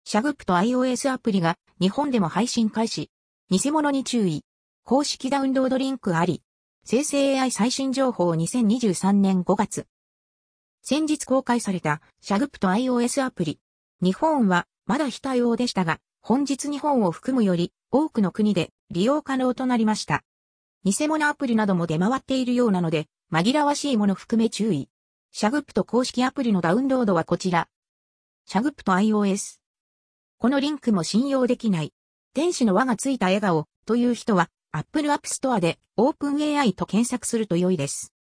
シャグップと iOS アプリが日本でも配信開始。偽物に注意。公式ダウンロードリンクあり。生成 AI 最新情報2023年5月。先日公開されたシャグップと iOS アプリ。日本はまだ非対応でしたが、本日日本を含むより多くの国で利用可能となりました。偽物アプリなども出回っているようなので、紛らわしいもの含め注意。シャグップと公式アプリのダウンロードはこちら。シャグップと iOS。このリンクも信用できない。天使の輪がついた笑顔という人は Apple App Store で OpenAI と検索すると良いです。